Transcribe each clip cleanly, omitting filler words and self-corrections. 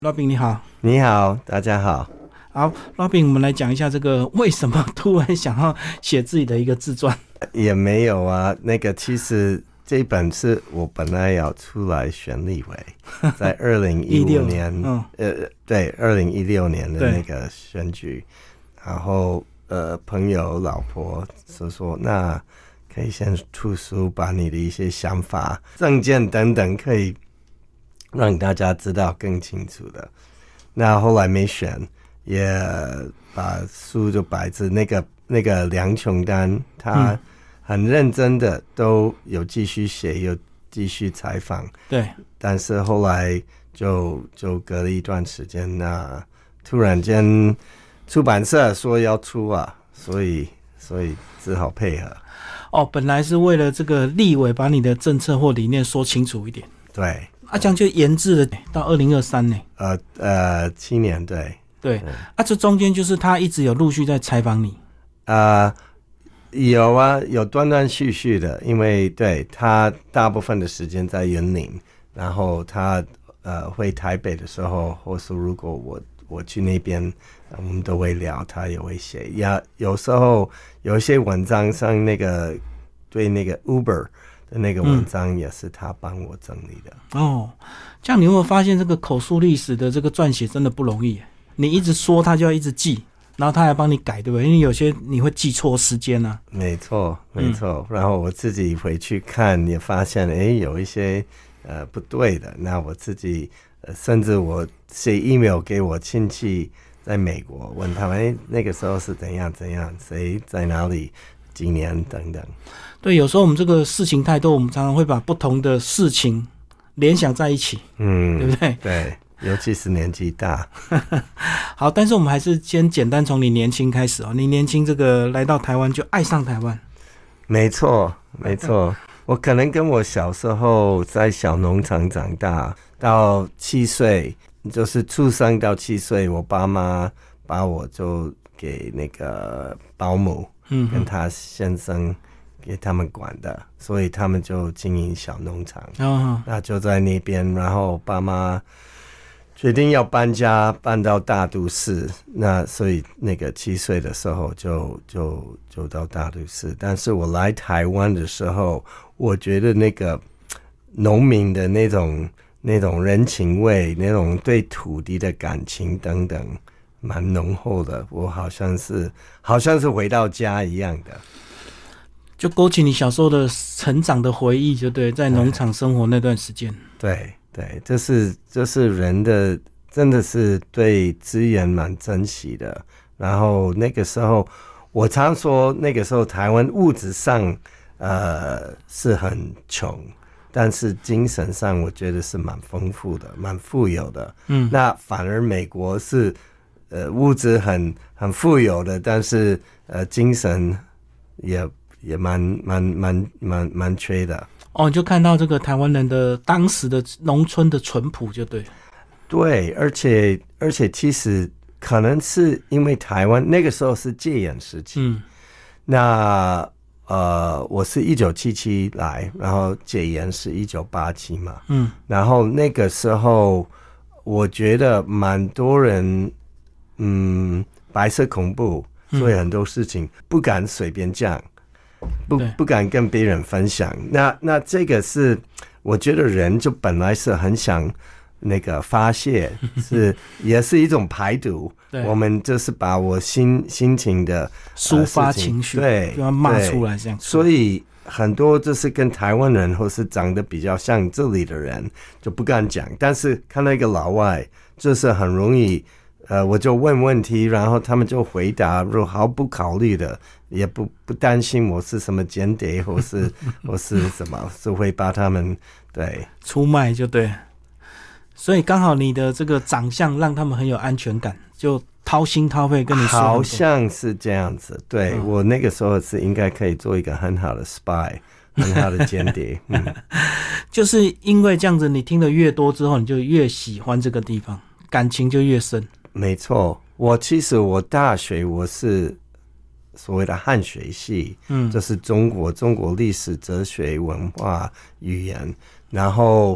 Robin 你好。 你好，大家好。 好 ，Robin， 我们来讲一下这个为什么突然想要写自己的一个自传。 也没有啊，其实这本是我本来要出来选立委，在2015年，对，2016年的那个选举，然后朋友老婆说那可以先出书，把你的一些想法、政见等等可以让大家知道更清楚的。那后来没选，也把书就摆着那个梁琼丹，他很认真的都有继续写，有继续采访。 对， 但是后来就隔了一段时间，那突然间出版社说要出啊，所以只好配合。 哦，本来是为了这个立委把你的政策或理念说清楚一点。 对。 这样就延至了到2023呢。 7年，对。 对。这中间就是他一直有陆续在采访你。 有啊，有断断续续的，因为对他大部分的时间在云林，然后他回台北的时候，或是如果我去那边，我们都会聊，他也会写。有时候有一些文章像对那个 Uber。那个文章也是他帮我整理的。 这样你有没有发现这个口述历史的这个撰写真的不容易？你一直说他就要一直记，然后他还帮你改，对不对？因为有些你会记错时间啊。 没错。然后我自己回去看也发现有一些不对的，那我自己甚至我写 email 给我亲戚在美国，问他们那个时候是怎样，谁在哪里，几年等等。 对，有时候我们这个事情太多，我们常常会把不同的事情联想在一起，对不对？ 对，尤其是年纪大。 好，但是我们还是先简单从你年轻开始哦。你年轻这个来到台湾就爱上台湾。 没错。我可能跟我小时候在小农场长大，到7岁，就是出生到7岁，我爸妈把我就给那个保姆，跟他先生给他们管的，所以他们就经营小农场。那就在那边，然后爸妈决定要搬家，搬到大都市。那所以那个7岁的时候就到大都市。但是我来台湾的时候，我觉得那个农民的那种人情味，那种对土地的感情等等，蛮浓厚的。我好像是回到家一样的。 就勾起你小时候的成长的回忆，就对，在农场生活那段时间。 对，这是人的，真的是对资源蛮珍惜的。然后那个时候，我常说那个时候台湾物质上是很穷，但是精神上我觉得是蛮丰富的，蛮富有的。那反而美国是物质很富有的，但是精神也蛮缺的。 你就看到这个台湾人的当时的农村的淳朴，就对。 对，而且其实可能是因为台湾那个时候是戒严时期。那我是1977来，然后戒严是1987嘛。然后那个时候我觉得蛮多人白色恐怖，所以很多事情不敢随便讲。不敢跟别人分享。那这个是我觉得人就本来是很想那个发泄，也是一种排毒。我们就是把我心情的抒发情绪，对，就要骂出来这样。 所以很多就是跟台湾人或是长得比较像这里的人就不敢讲，但是看到一个老外就是很容易。我就问问题，然后他们就回答，毫不考虑的，也不担心我是什么间谍或是什么，是会把他们对出卖就对。所以刚好你的这个长相让他们很有安全感，就掏心掏肺跟你说。 好像是这样子，对，我那个时候是应该可以做一个很好的 spy， 很好的间谍。 就是因为这样子，你听得越多之后，你就越喜欢这个地方，感情就越深。 没错，其实我大学我是所谓的汉学系，就是中国历史、哲学、文化、语言，然后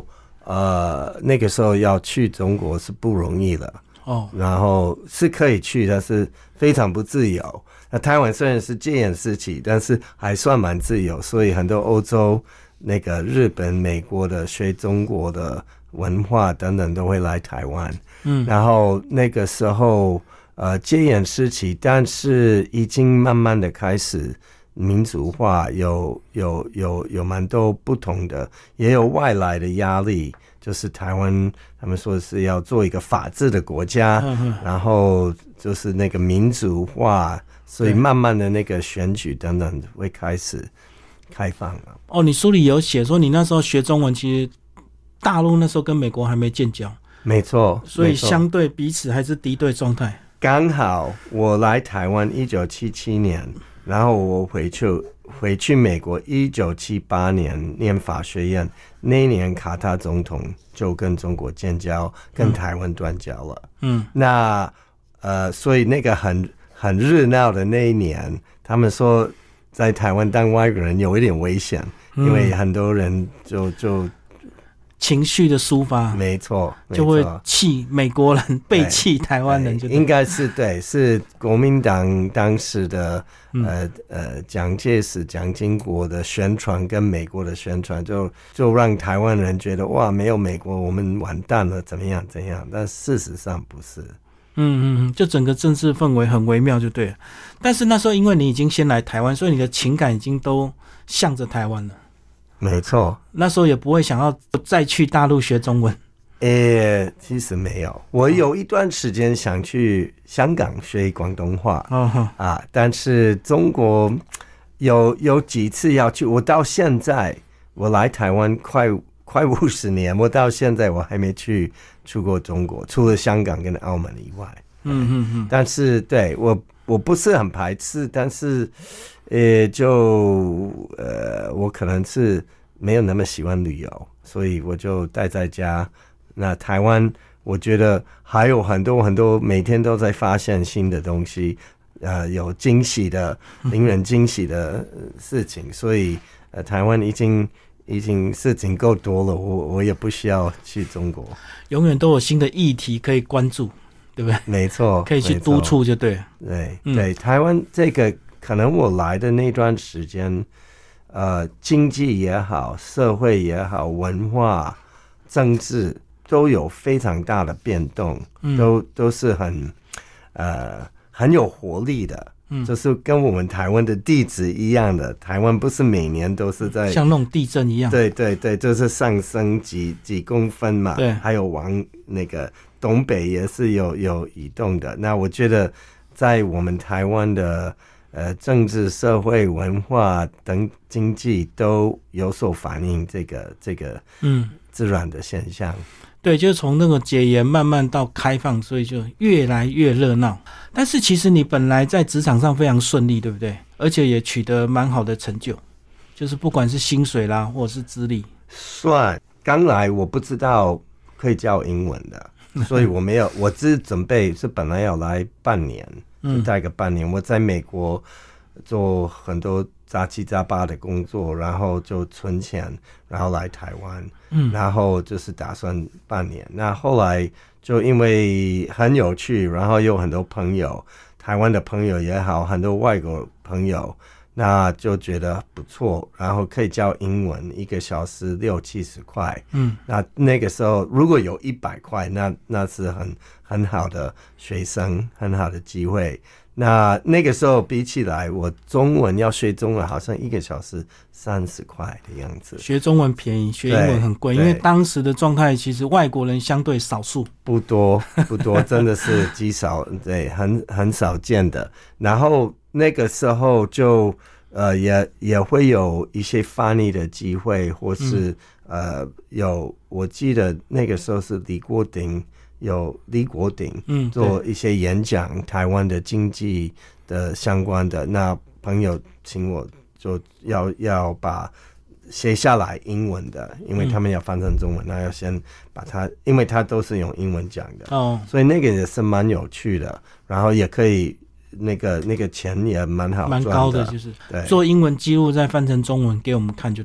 那个时候要去中国是不容易的哦， 然后是可以去，但是非常不自由。那台湾虽然是戒严时期，但是还算蛮自由，所以很多欧洲、那个日本、美国的学中国的文化等等都会来台湾。然后那个时候戒严时期，但是已经慢慢的开始民主化，有蛮多不同的，也有外来的压力。就是台湾，他们说是要做一个法治的国家，然后就是那个民主化，所以慢慢的那个选举等等会开始开放了。 哦，你书里有写说你那时候学中文，其实大陆那时候跟美国还没建交， 没错， 所以相对彼此还是敌对状态。 刚好我来台湾1977年，然后我回去美国1978年念法学院，那一年卡塔总统就跟中国建交，跟台湾断交了。那所以那个很热闹的那一年，他们说在台湾当外国人有一点危险，因为很多人就情绪的抒发， 没错， 就会气美国人，背弃台湾人就， 应该是对，是国民党当时的蒋介石、蒋经国的宣传跟美国的宣传，就让台湾人觉得哇，没有美国我们完蛋了，怎么样，但事实上不是。 就整个政治氛围很微妙就对了。但是那时候因为你已经先来台湾，所以你的情感已经都向着台湾了。 没错， 那时候也不会想要再去大陆学中文。 其实没有，我有一段时间想去香港学广东话，但是中国有几次要去，我到现在我来台湾快50年，我到现在我还没去过中国，除了香港跟澳门以外。但是对我不是很排斥，但是我可能是没有那么喜欢旅游，所以我就待在家。那台湾我觉得还有很多每天都在发现新的东西，有惊喜的令人惊喜的事情，所以台湾已经事情够多了，我也不需要去中国， 永远都有新的议题可以关注，对不对？ 没错， 可以去督促就对了。 对，台湾这个可能我来的那段时间，经济也好，社会也好，文化、政治都有非常大的变动，都是很有活力的。就是跟我们台湾的地质一样的，台湾不是每年都是在像那种地震一样， 对，就是上升几公分嘛， 对， 还有往那个东北也是有移动的。那我觉得在我们台湾的政治、社会、文化等经济都有所反映这个自然的现象。 对，就是从那个解严慢慢到开放，所以就越来越热闹。但是其实你本来在职场上非常顺利，对不对？而且也取得蛮好的成就，就是不管是薪水啦，或者是资历。 算刚来我不知道可以教英文的，所以我没有，我只准备是本来要来半年，就待个半年。我在美国做很多杂七杂八的工作，然后就存钱，然后来台湾。然后就是打算半年，那后来就因为很有趣，然后有很多朋友，台湾的朋友也好，很多外国朋友，那就觉得不错，然后可以教英文，1个小时60-70块。那个时候如果有100块，那是很好的学生，很好的机会。那个时候比起来，我中文要学中文好像1个小时30块的样子。 学中文便宜，学英文很贵，因为当时的状态其实外国人相对少数， 不多，真的是极少，对，很少见的。然后那个时候就也会有一些翻译的机会，或是我记得那个时候是李国鼎做一些演讲，台湾的经济的相关的，那朋友请我就要把写下来英文的，因为他们要翻成中文，那要先把它，因为他都是用英文讲的，所以那个也是蛮有趣的，然后也可以那个钱也蛮好赚的， 蛮高的，就是做英文记录再翻成中文给我们看就对。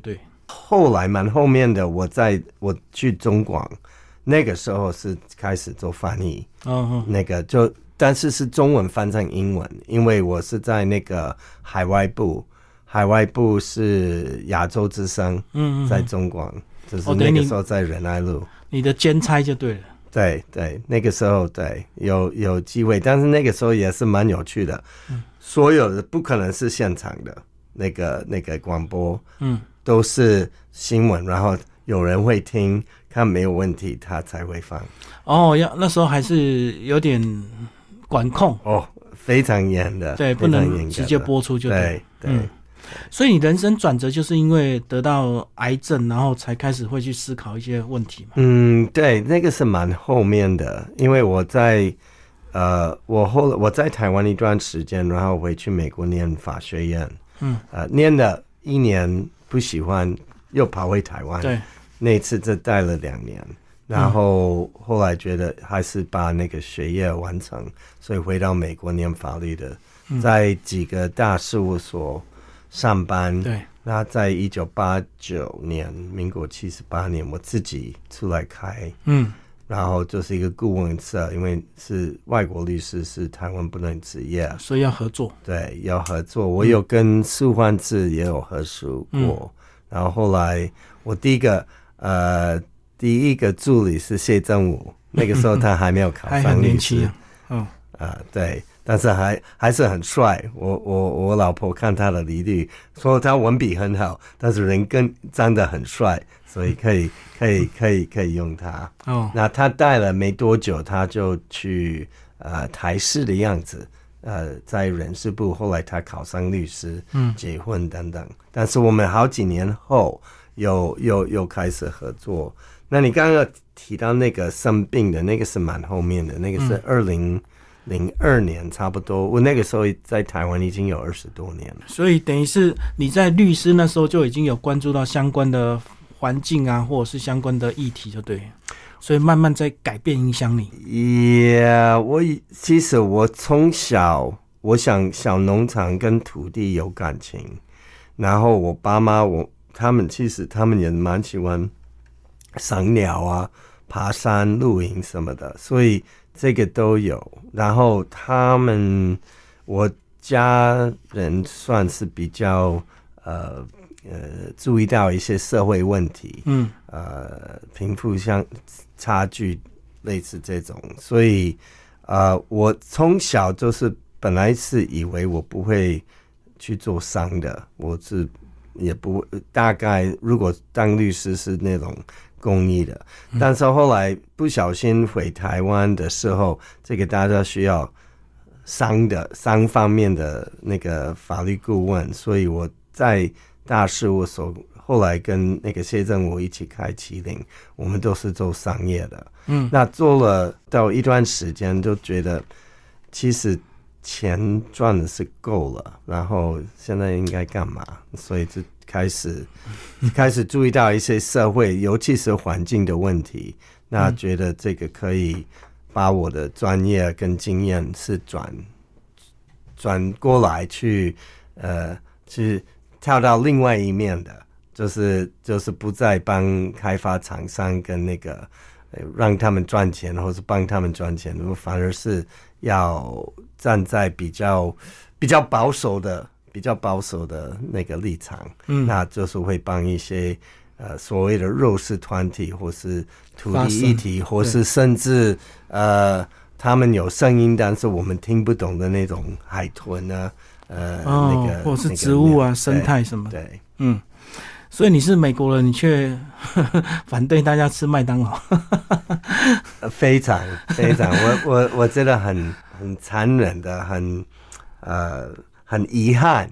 后来蛮后面的，我去中广，那个时候是开始做翻译，那个但是中文翻成英文，因为我是在那个海外部是亚洲之声，在中广，就是那个时候在仁爱路， 你的兼差就对了。 对对，那个时候对有机会，但是那个时候也是蛮有趣的，所有的不可能是现场的那个广播，都是新闻，然后有人会听，看没有问题，他才会放。 那时候还是有点管控非常严的， 对，不能直接播出就对。所以你人生转折就是因为得到癌症，然后才开始会去思考一些问题嘛？ 对，那个是蛮后面的，因为我在我在台湾一段时间，然后回去美国念法学院，念了1年不喜欢，又跑回台湾，对，那次就待了2年，然后后来觉得还是把那个学业完成，所以回到美国念法律的，在几个大事务所上班，对，那在1989年，民国78年，我自己出来开，然后就是一个顾问社，因为是外国律师，是台湾不能执业， 所以要合作， 对，要合作。我有跟苏焕智也有合署过，然后后来我第一个助理是谢振武，那个时候他还没有考上律师，对。但是还是很帅，我老婆看他的履历，说他文笔很好，但是人长得很帅，所以可以用他。那他带了没多久，他就去台视的样子，在人事部，后来他考上律师，结婚等等。但是我们好几年后又开始合作。那你刚刚提到那个生病的那个是蛮后面的，那个是2002年差不多，我那个时候在台湾已经有20多年了， 所以等于是你在律师那时候就已经有关注到相关的环境啊，或者是相关的议题，就对，所以慢慢在改变影响你。 其实我从小我想小农场跟土地有感情，然后我爸妈他们也蛮喜欢赏鸟啊、爬山、露营什么的，所以这个都有。然后我家人算是比较注意到一些社会问题，贫富差距类似这种，所以我从小就是本来是以为我不会去做商的，也不大概如果当律师是那种公益的，但是后来不小心回台湾的时候，这个大家需要商方面的那个法律顾问，所以我在大事务所后来跟那个谢振武一起开麒麟，我们都是做商业的。那做了到一段时间就觉得其实钱赚的是够了，然后现在应该干嘛，所以就开始注意到一些社会尤其是环境的问题，那觉得这个可以把我的专业跟经验是转过来去跳到另外一面的，就是不再帮开发厂商跟那个让他们赚钱或是帮他们赚钱，反而是要站在比较保守的那个立场，那就是会帮一些所谓的弱势团体或是土地议题，或是甚至他们有声音但是我们听不懂的那种海豚啊， 或者是植物啊、生态什么的。对，所以你是美国人，你却反对大家吃麦当劳。 非常非常，我觉得很残忍的，很遗憾。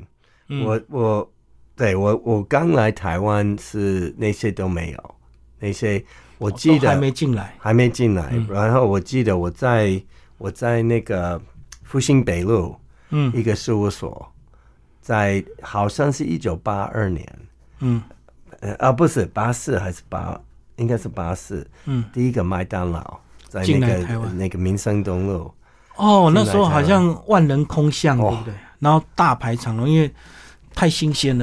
我刚来台湾是那些都没有，那些我记得还没进来， 然后我记得我在那个复兴北路，一个事务所，在好像是1982年，不是84还是应该是84，第一个麦当劳在那个民生东路。 那时候好像万人空巷，对不对？然后大排长龙，因为太新鲜了。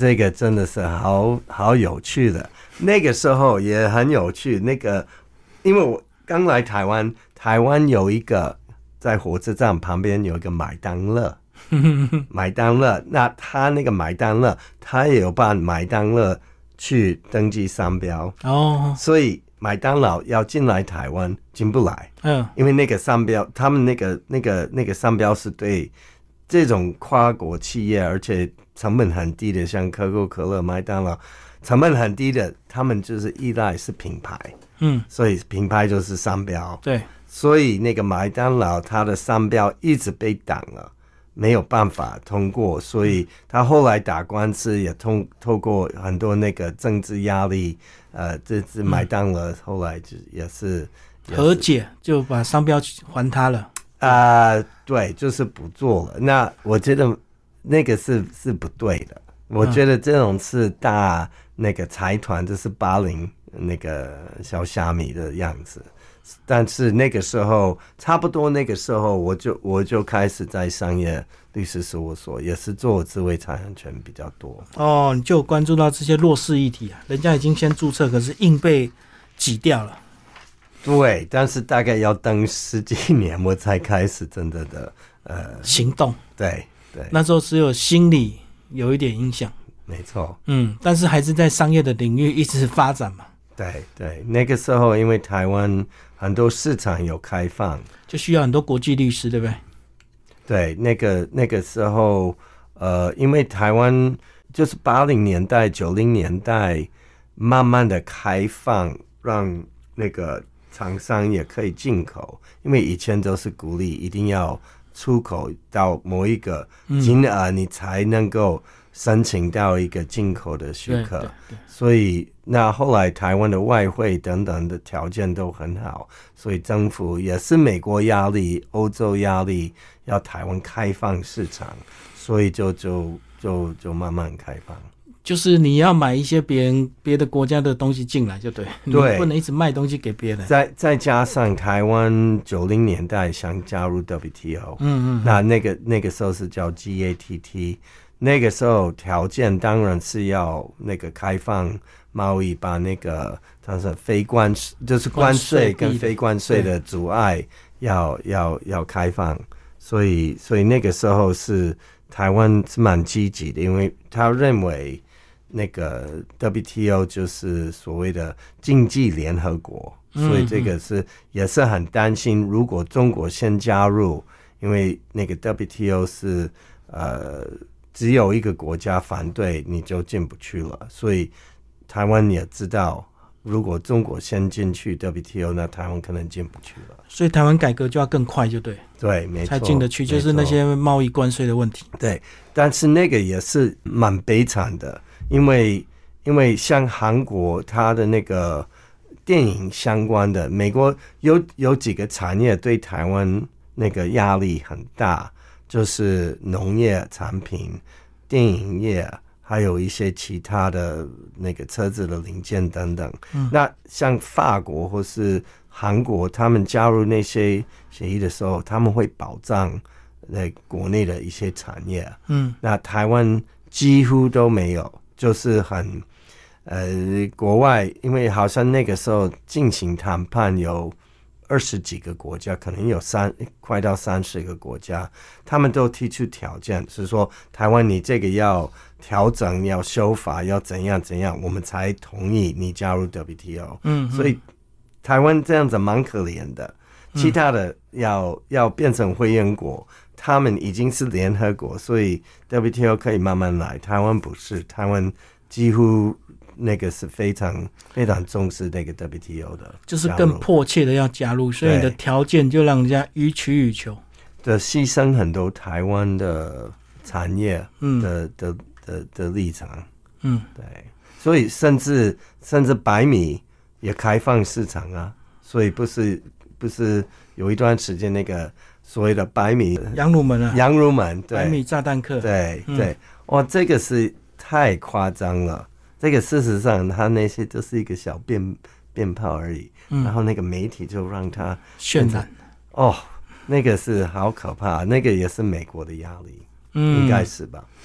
这个真的是好有趣的。那个时候也很有趣，因为我刚来台湾，台湾有一个在火车站旁边有一个麦当乐，麦当乐，那他那个麦当乐，他也有办麦当乐去登记商标哦，所以麦当劳要进来台湾进不来，因为那个商标，他们那个商标是对这种跨国企业，而且成本很低的，像可口可乐、麦当劳，成本很低的，他们就是依赖是品牌，所以品牌就是商标， 对， 所以那个麦当劳它的商标一直被挡了，没有办法通过，所以他后来打官司也透过很多那个政治压力，这次麦当劳后来就也是和解，就把商标还他了。 对，就是不做了。那我觉得那个是不对的。我觉得这种是大那个财团，就是80那个小虾米的样子。但是那个时候，差不多那个时候，我就开始在商业律师事务所，也是做智慧财产权比较多。 哦，你就有关注到这些弱势议题啊？人家已经先注册，可是硬被挤掉了。 对，但是大概要等10几年，我才开始真的行动。 对对， 那时候只有心理有一点影响， 没错。 但是还是在商业的领域一直发展嘛。 对对，那个时候因为台湾很多市场有开放， 就需要很多国际律师，对不对？ 对，那个时候因为台湾就是80年代、90年代慢慢的开放，让那个厂商也可以进口，因为以前都是鼓励一定要出口到某一个金额，你才能够申请到一个进口的许可。对对对，所以那后来台湾的外汇等等的条件都很好，所以政府也是美国压力、欧洲压力，要台湾开放市场，所以就慢慢开放。 就是你要买一些别的国家的东西进来就对，你不能一直卖东西给别人。 再加上台湾90年代想加入 WTO， 那个时候是叫 GATT， 那个时候条件当然是要那个开放贸易，把那个它是就是关税跟非关税的阻碍要开放，所以那个时候是台湾是蛮积极的，因为他认为那个 WTO 就是所谓的经济联合国，所以这个也是很担心，如果中国先加入，因为那个 WTO 是只有一个国家反对，你就进不去了，所以台湾也知道，如果中国先进去 WTO， 那台湾可能进不去了。所以台湾改革就要更快，就对。 对，没错， 才进得去，就是那些贸易关税的问题。 对，但是那个也是蛮悲惨的，因为像韩国，它的那个电影相关的，美国有几个产业对台湾那个压力很大，就是农业产品、电影业。还有一些其他的那个车子的零件等等。那像法国或是韩国，他们加入那些协议的时候，他们会保障国内的一些产业。那台湾几乎都没有，就是很国外，因为好像那个时候进行谈判有20几个国家，可能有快到30个国家，他们都提出条件，是说台湾你这个要调整，要修法，要怎样，我们才同意你加入 WTO。所以台湾这样子蛮可怜的。其他的要变成会员国，他们已经是联合国，所以 WTO 可以慢慢来。台湾不是，台湾几乎那个是非常非常重视那个 WTO 的， 就是更迫切的要加入，所以你的条件就让人家予取予求， 的牺牲很多台湾的产业的立场。对，所以甚至白米也开放市场啊，所以不是有一段时间那个所谓的白米羊乳门， 对， 白米炸弹客， 对，哇，这个是太夸张了。这个事实上，它那些就是一个小鞭炮而已，然后那个媒体就让它渲染。 那个是好可怕，那个也是美国的压力，应该是吧？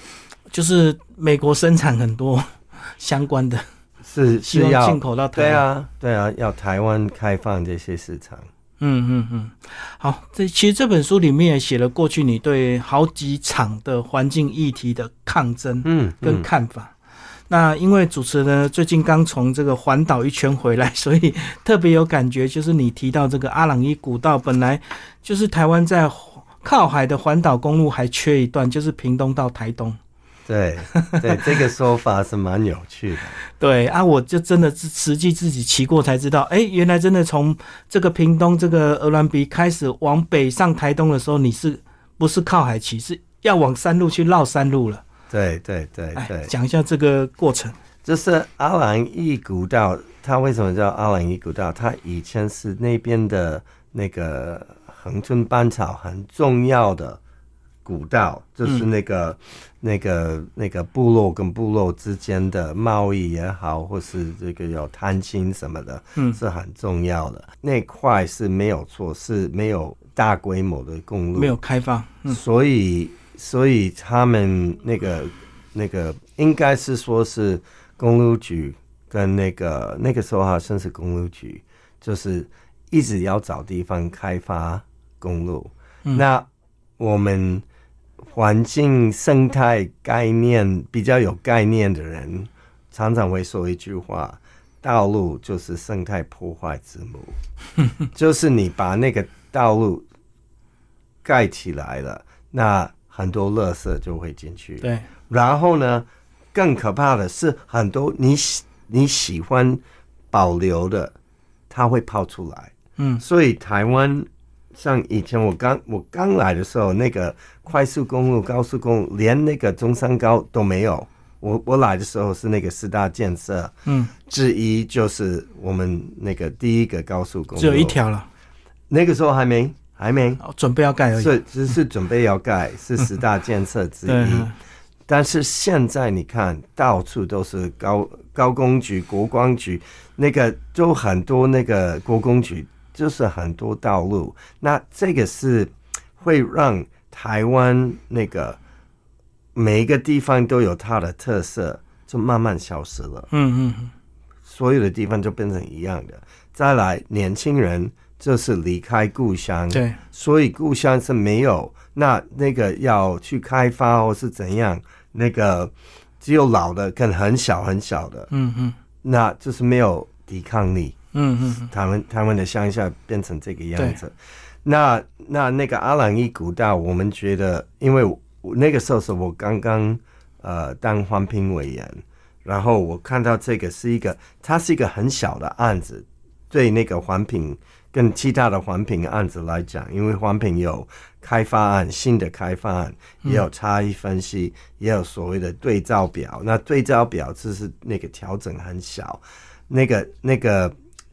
就是美国生产很多相关的， 是希望要进口到台湾。 对啊，要台湾开放这些市场。 好，其实这本书里面也写了过去你对好几场的环境议题的抗争跟看法。那因为主持人呢最近刚从这个环岛一圈回来，所以特别有感觉，就是你提到这个阿朗伊古道，本来就是台湾在靠海的环岛公路还缺一段，就是屏东到台东。 对，这个说法是蛮有趣的。 对啊，我就真的是实际自己骑过才知道，原来真的从这个屏东这个鹅銮鼻开始往北上台东的时候，你是不是靠海骑，是要往山路去绕山路了？ 对， 讲一下这个过程。 就是阿朗伊古道，它为什么叫阿朗伊古道？它以前是那边的那个恒春班草很重要的古道，就是那个部落跟部落之间的贸易也好，或是这个有探亲什么的，是很重要的。那块是没有错，是没有大规模的公路， 没有开放， 所以他们那个应该是说是公路局跟那个时候好像是公路局，就是一直要找地方开发公路。那我们环境生态概念比较有概念的人，常常会说一句话：道路就是生态破坏之母。就是你把那个道路盖起来了，那很多垃圾就会进去。 对， 然后呢，更可怕的是，很多你喜欢保留的，它会跑出来。所以台湾像以前我刚来的时候，那个快速公路、高速公路，连那个中山高都没有。我来的时候是那个4大建设，之一就是我们那个第一个高速公路， 只有一条了。 那个时候还没。 准备要盖而已， 只是准备要盖，是10大建设之一。但是现在你看，到处都是高工局、国光局，那个都很多那个国工局，就是很多道路。那这个是会让台湾那个每一个地方都有它的特色，就慢慢消失了。所有的地方就变成一样的。再来，年轻人就是离开故乡， 对， 所以故乡是没有那个要去开发或是怎样，那个只有老的跟很小的，那就是没有抵抗力。台湾的乡下变成这个样子。那个阿朗伊古道，我们觉得，因为那个时候是我刚刚当环评委员，然后我看到这个它是一个很小的案子，对那个环评跟其他的环评案子来讲，因为环评有开发案、新的开发案，也有差异分析，也有所谓的对照表。那对照表就是那个调整很小。那个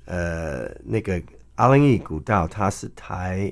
阿朗伊古道，它是台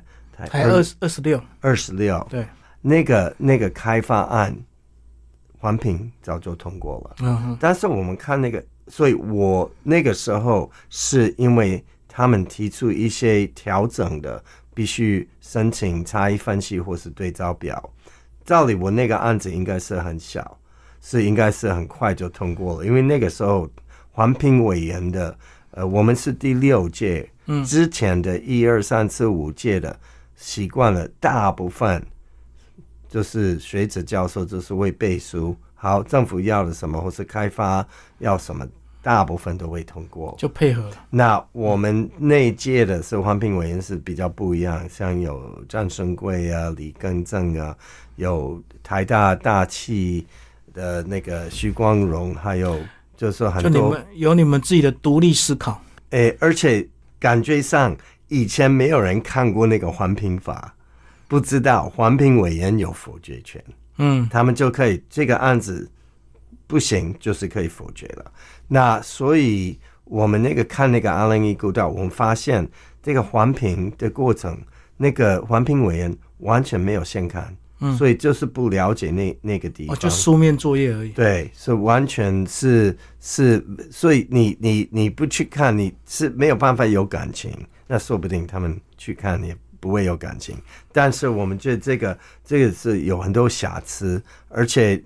26， 对， 那个开发案，环评早就通过了。但是我们看那个，所以我那个时候是因为他们提出一些调整的，必须申请差异分析或是对照表。照理我那个案子应该是很小，应该是很快就通过了，因为那个时候环评委员的，我们是第6届，之前的1、2、3、4、5届的习惯了，大部分就是学者教授就是会背书，好，政府要的什么或是开发要什么，大部分都会通过， 就配合了。 那我们那一届的是环评委员是比较不一样，像有张生贵啊、李庚正啊，有台大大气的那个徐光荣，还有就是很多， 有你们自己的独立思考。 而且感觉上以前没有人看过那个环评法，不知道环评委员有否决权。他们就可以这个案子不行，就是可以否决了。那所以我们看那个阿朗伊古道，我们发现这个环评的过程，那个环评委员完全没有先看，所以就是不了解那个地方， 就书面作业而已。 对，是完全是，所以你不去看，你是没有办法有感情。那说不定他们去看也不会有感情。但是我们觉得这个是有很多瑕疵，而且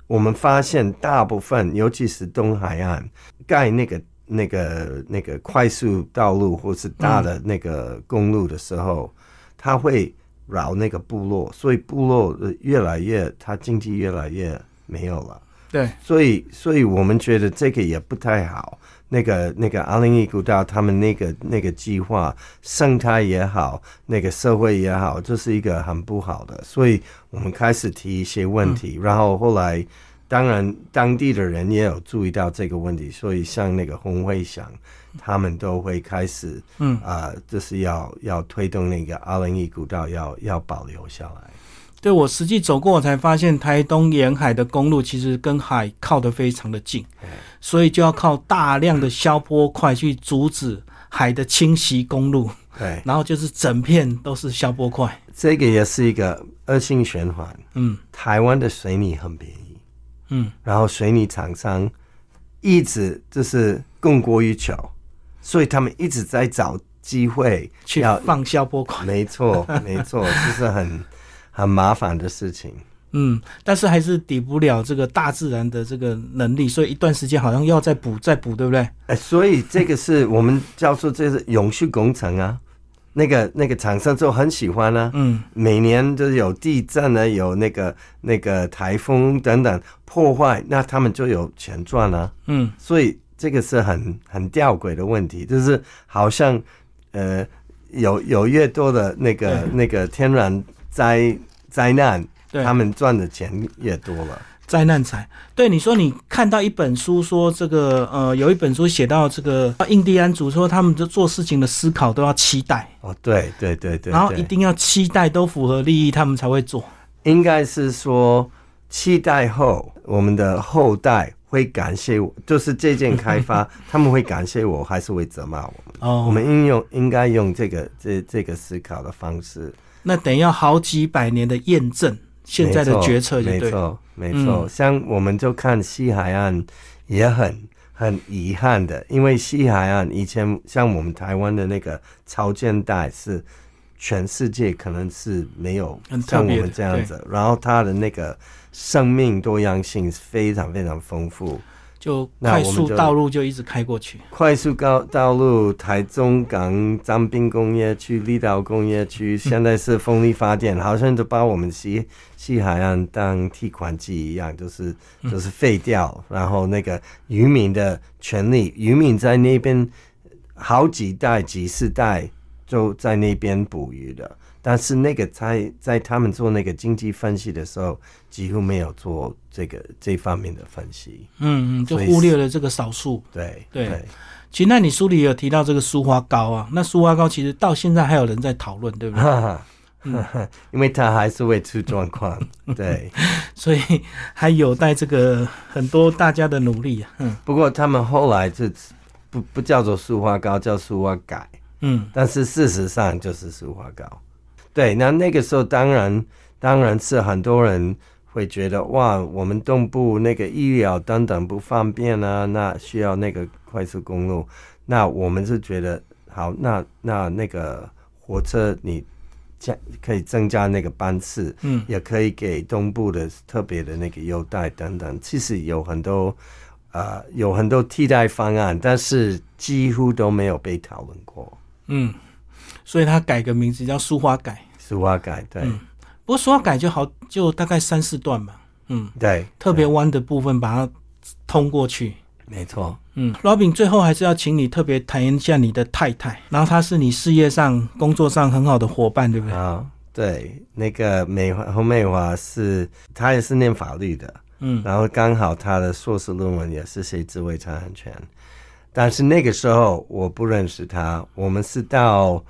我们发现大部分，尤其是东海岸盖那个快速道路或是大的那个公路的时候，它会扰那个部落，所以部落越来越，它经济越来越没有了。 对， 所以我们觉得这个也不太好。那个201古道，他们那个计划，生态也好，那个社会也好，这是一个很不好的。所以我们开始提一些问题，然后后来，当然当地的人也有注意到这个问题，所以像那个洪会祥，他们都会开始，就是要推动那个201古道要保留下来。 对，我实际走过，我才发现台东沿海的公路其实跟海靠得非常的近，所以就要靠大量的消波块去阻止海的侵袭公路。对，然后就是整片都是消波块， 这个也是一个恶性循环。台湾的水泥很便宜，然后水泥厂商一直就是供过于求，所以他们一直在找机会去放消波块。 没错，就是很麻烦的事情。 但是还是抵不了这个大自然的这个能力，所以一段时间好像要再补，对不对？ 所以这个是我们叫做这是永续工程啊。那个厂商就很喜欢啊，每年都有地震啊，有那个台风等等破坏，那他们就有钱赚啊。所以这个是很吊诡的问题，就是好像有越多的那个天然灾难，他们赚的钱越多了。 灾难财，对，你说你看到一本书说这个有一本书写到这个印第安族说他们就做事情的思考都要7代。对，然后一定要7代都符合利益，他们才会做。 应该是说7代后，我们的后代会感谢我，就是这件开发，他们会感谢我，还是会责骂我们？我们应该用这个思考的方式。 那等要好几百年的验证现在的决策，就对。 没错，像我们就看西海岸也很遗憾的，因为西海岸以前像我们台湾的那个潮间带是全世界可能是没有像我们这样子，然后它的那个生命多样性非常非常丰富。 就快速道路就一直开过去， 快速道路，台中港、彰滨工业区、离岛工业区，现在是风力发电，好像就把我们西海岸当提款机一样，就是废掉，然后那个渔民的权利，渔民在那边好几代、几世代就在那边捕鱼的。但是那个在他们做那个经济分析的时候，几乎没有做这方面的分析， 就忽略了这个少数。对。其实那你书里有提到这个苏花膏啊，那苏花膏其实到现在还有人在讨论，对不对？ 因为它还是会出状况，对， 所以还有待这个很多大家的努力啊。 不过他们后来就不叫做苏花膏，叫苏花改，但是事实上就是苏花膏。对，那个时候当然是很多人会觉得哇，我们东部那个医疗等等不方便啊，那需要那个快速公路。那我们是觉得好，那个火车你可以增加那个班次，也可以给东部的特别的那个优待等等。其实有很多替代方案，但是几乎都没有被讨论过。 所以他改个名字叫苏花改。 苏花改，对。 不过苏花改就大概3-4段嘛。 对。 特别弯的部分把它通过去。 没错。 Robin 最后还是要请你特别谈一下你的太太，然后她是你事业上、工作上很好的伙伴，对不对？ 对，那个洪美华她也是念法律的，然后刚好她的硕士论文也是写智慧财产权，但是那个时候我不认识她，我们是到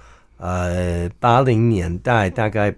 80年代，大概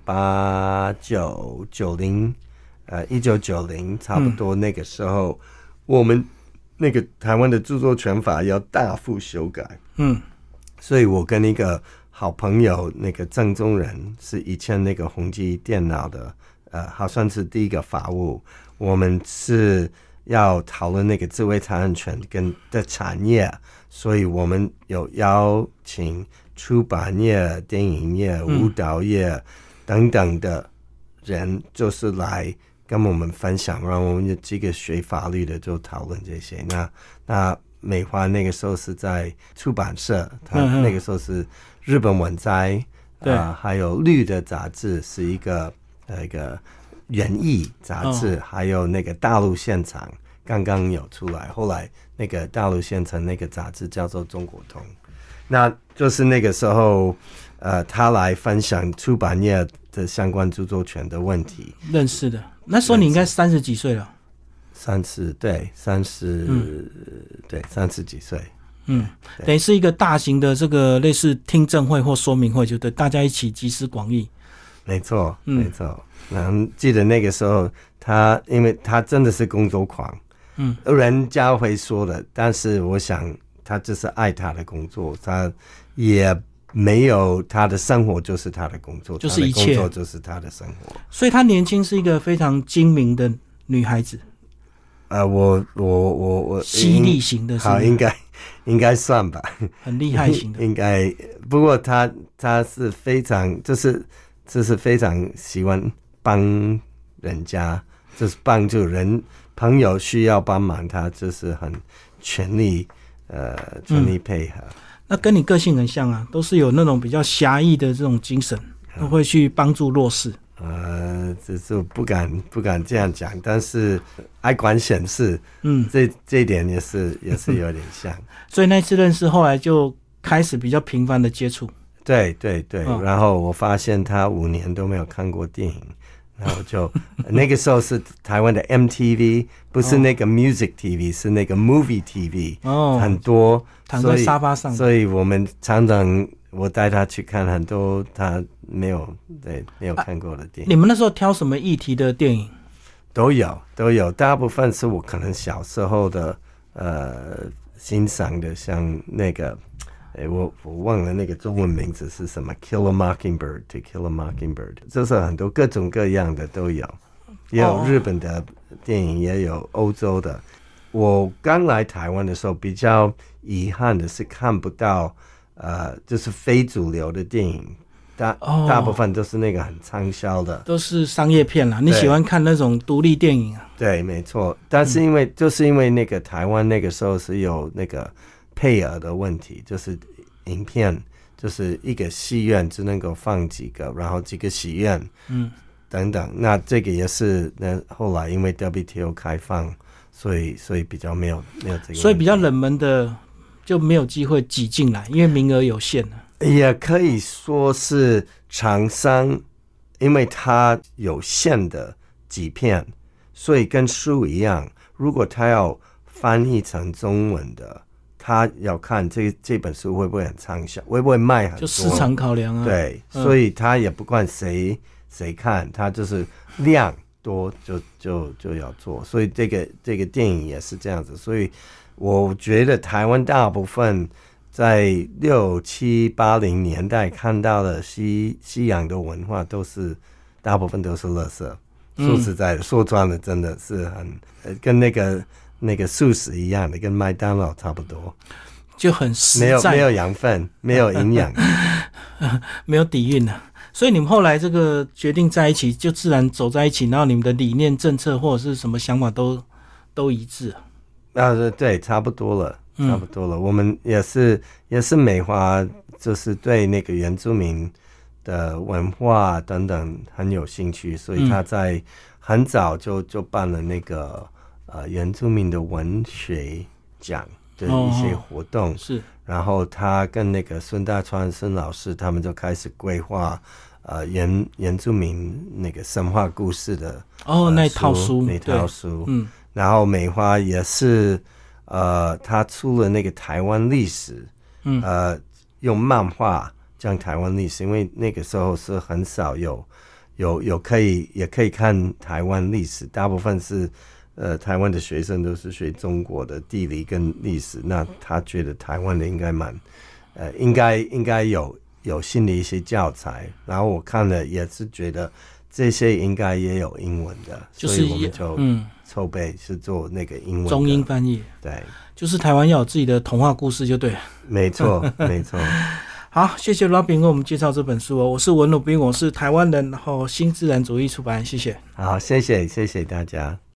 1990差不多那个时候，我们那个台湾的著作权法要大幅修改，所以我跟一个好朋友那个郑宗仁是以前那个宏基电脑的好像是第一个法务，我们是要讨论那个智慧财产权的产业，所以我们有邀请出版业、电影业、舞蹈业等等的人，就是来跟我们分享，然后我们有几个学法律的就讨论这些。那美华那个时候是在出版社，他那个时候是日本文摘，还有绿的杂志是一个园艺杂志，还有那个大陆现场刚刚有出来，后来那个大陆现场那个杂志叫做中国通，那就是那个时候他来分享出版业的相关著作权的问题认识的。那时候你应该30几岁了 ，30几岁。 等于是一个大型的这个类似听证会或说明会，就对，大家一起集思广益。 没错，没错。然后记得那个时候因为他真的是工作狂，人家会说的，但是我想他就是爱他的工作，他也没有他的生活就是他的工作， 就是一切， 他的工作就是他的生活。 所以他年轻是一个非常精明的女孩子。 我犀利型的是吗？ 好，应该算吧， 很厉害型的。 应该，不过他是非常就是非常喜欢帮人家，就是帮助人，朋友需要帮忙，他就是很全力配合。 那跟你个性很像啊，都是有那种比较侠义的这种精神，都会去帮助弱势。 这就不敢这样讲，但是爱管闲事，这一点也是有点像。 所以那次认识，后来就开始比较频繁的接触。 对，然后我发现他5年都没有看过电影，然后就那个时候是台湾的 MTV， 不是那个 Music TV， 是那个 Movie TV， 很多躺在沙发上， 所以我们常常我带他去看很多他没有看过的电影。 你们那时候挑什么议题的电影？ 都有，大部分是我可能小时候的欣赏的，像那个我忘了那个中文名字是什么 ，Kill a Mockingbird to Kill a Mockingbird， 就是很多各种各样的都有，也有日本的电影，也有欧洲的。我刚来台湾的时候，比较遗憾的是看不到就是非主流的电影，大部分都是那个很畅销的， 都是商业片啦。你喜欢看那种独立电影啊？ 对，没错。但是就是因为那个台湾那个时候是有那个配额的问题，就是影片就是一个戏院只能够放几个，然后几个戏院，等等。那这个也是后来因为 WTO 开放，所以比较没有这个问题， 所以比较冷门的就没有机会挤进来，因为名额有限了。 也可以说是厂商，因为它有限的几片，所以跟书一样，如果他要翻译成中文的，他要看这本书会不会很畅销，会不会卖很多， 就市场考量啊。 对，所以他也不管谁看，他就是量多就要做，所以这个电影也是这样子。所以我觉得台湾大部分在60、70、80年代看到的西洋的文化，大部分都是垃圾。说实在的，说穿了，真的是很跟那个素食一样的，跟麦当劳差不多， 就很实在， 没有养分，没有营养， 没有底蕴啊。所以你们后来这个决定在一起，就自然走在一起，然后你们的理念、政策或者是什么想法都一致啊。 对，差不多了。我们也是美华，就是对那个原住民的文化等等很有兴趣，所以他在很早就办了那个原住民的文学奖的一些活动， 是。 然后他跟那个孙大川孙老师他们就开始规划原住民那个神话故事的那套书， 然后美华也是他出了那个台湾历史，用漫画讲台湾历史，因为那个时候是很少有也可以看台湾历史，大部分是台湾的学生都是学中国的地理跟历史，那他觉得台湾的应该有新的一些教材，然后我看了也是觉得这些应该也有英文的，所以我们就筹备是做那个英文的中英翻译， 对， 就是台湾要有自己的童话故事就对了， 没错。 好，谢谢 Robin 为我们介绍这本书哦。我是文鲁彬，我是台湾人，然后新自然主义出版，谢谢。 好，谢谢大家。